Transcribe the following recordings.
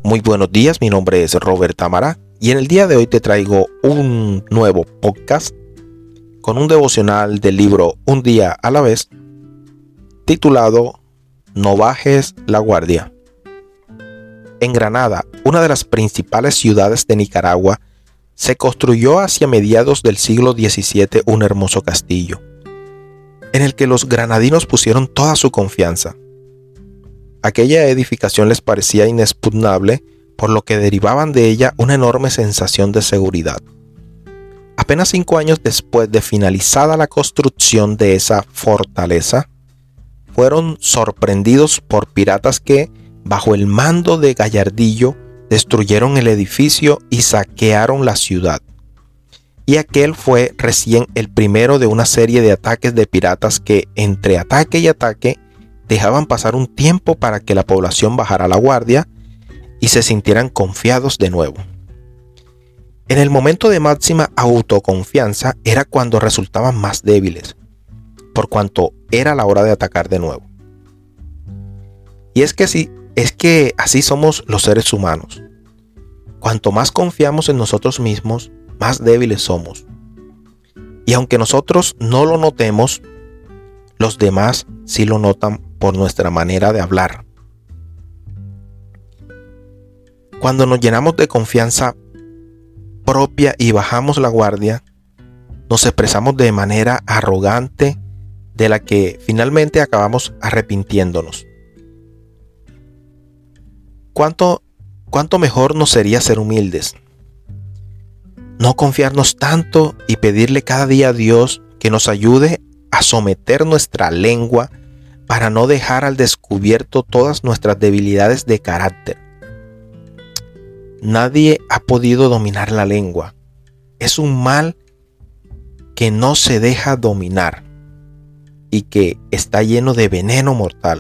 Muy buenos días, mi nombre es Robert Tamara y en el día de hoy te traigo un nuevo podcast con un devocional del libro Un día a la vez titulado No bajes la guardia. En Granada, una de las principales ciudades de Nicaragua, se construyó hacia mediados del siglo XVII un hermoso castillo, en el que los granadinos pusieron toda su confianza. Aquella edificación les parecía inexpugnable, por lo que derivaban de ella una enorme sensación de seguridad. Apenas 5 años después de finalizada la construcción de esa fortaleza, fueron sorprendidos por piratas que, bajo el mando de Gallardillo, destruyeron el edificio y saquearon la ciudad. Y aquel fue recién el primero de una serie de ataques de piratas que, entre ataque y ataque, dejaban pasar un tiempo para que la población bajara la guardia y se sintieran confiados de nuevo. En el momento de máxima autoconfianza era cuando resultaban más débiles, por cuanto era la hora de atacar de nuevo. Y es que así somos los seres humanos. Cuanto más confiamos en nosotros mismos, más débiles somos. Y aunque nosotros no lo notemos, los demás sí lo notan por nuestra manera de hablar. Cuando nos llenamos de confianza propia y bajamos la guardia, nos expresamos de manera arrogante, de la que finalmente acabamos arrepintiéndonos. ¿Cuánto mejor nos sería ser humildes? No confiarnos tanto y pedirle cada día a Dios que nos ayude a someter nuestra lengua para no dejar al descubierto todas nuestras debilidades de carácter. Nadie ha podido dominar la lengua. Es un mal que no se deja dominar y que está lleno de veneno mortal.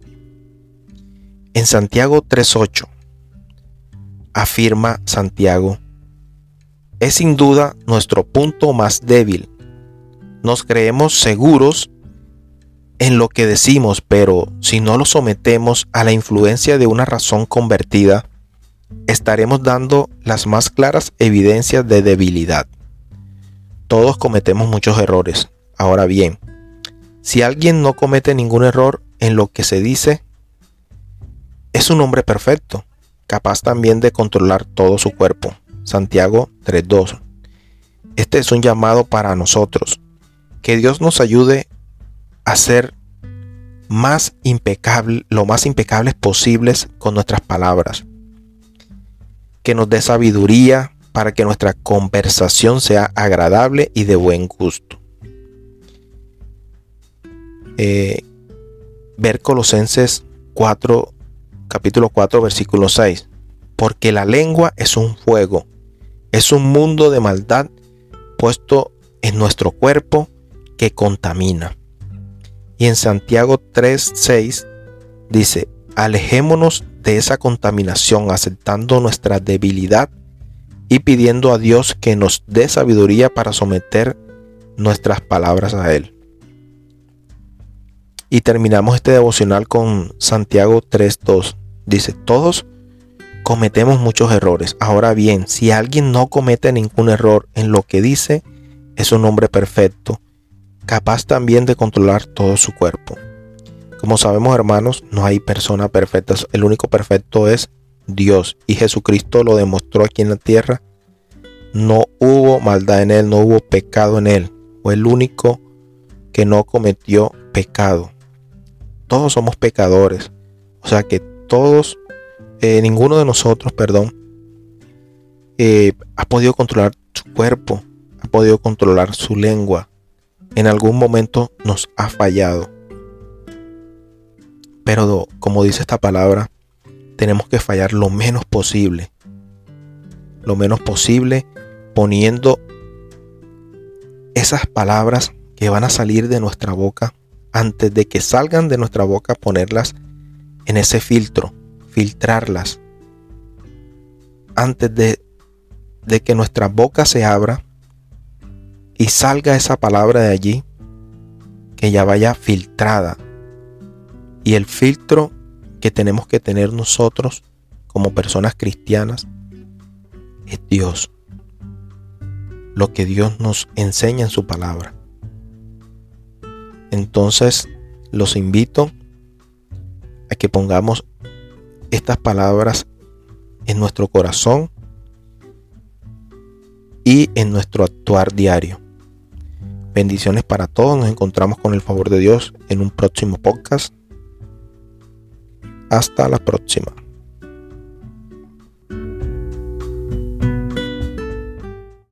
En Santiago 3:8 afirma Santiago: es sin duda nuestro punto más débil. Nos creemos seguros en lo que decimos, pero si no lo sometemos a la influencia de una razón convertida, estaremos dando las más claras evidencias de debilidad. Todos cometemos muchos errores. Ahora bien, si alguien no comete ningún error en lo que se dice, es un hombre perfecto, capaz también de controlar todo su cuerpo. Santiago 3:2. Este es un llamado para nosotros. Que Dios nos ayude a ser lo más impecables posibles con nuestras palabras. Que nos dé sabiduría para que nuestra conversación sea agradable y de buen gusto. Ver Colosenses 4, capítulo 4, versículo 6. Porque la lengua es un fuego, es un mundo de maldad puesto en nuestro cuerpo que contamina. Y en Santiago 3:6 dice: alejémonos de esa contaminación aceptando nuestra debilidad y pidiendo a Dios que nos dé sabiduría para someter nuestras palabras a Él. Y terminamos este devocional con Santiago 3:2. Dice: todos cometemos muchos errores. Ahora bien, si alguien no comete ningún error en lo que dice, es un hombre perfecto, capaz también de controlar todo su cuerpo. Como sabemos, hermanos, no hay persona perfecta. El único perfecto es Dios, y Jesucristo lo demostró aquí en la tierra. No hubo maldad en Él, no hubo pecado en Él. Fue el único que no cometió pecado. Todos somos pecadores. O sea que ninguno de nosotros, ha podido controlar su cuerpo, ha podido controlar su lengua. En algún momento nos ha fallado. Pero como dice esta palabra, tenemos que fallar lo menos posible. Lo menos posible, poniendo esas palabras que van a salir de nuestra boca, antes de que salgan de nuestra boca, ponerlas en ese filtro, filtrarlas. Antes de que nuestra boca se abra y salga esa palabra de allí, que ya vaya filtrada. Y el filtro que tenemos que tener nosotros como personas cristianas es Dios, lo que Dios nos enseña en su palabra. Entonces los invito a que pongamos estas palabras en nuestro corazón y en nuestro actuar diario. Bendiciones para todos. Nos encontramos con el favor de Dios en un próximo podcast. Hasta la próxima.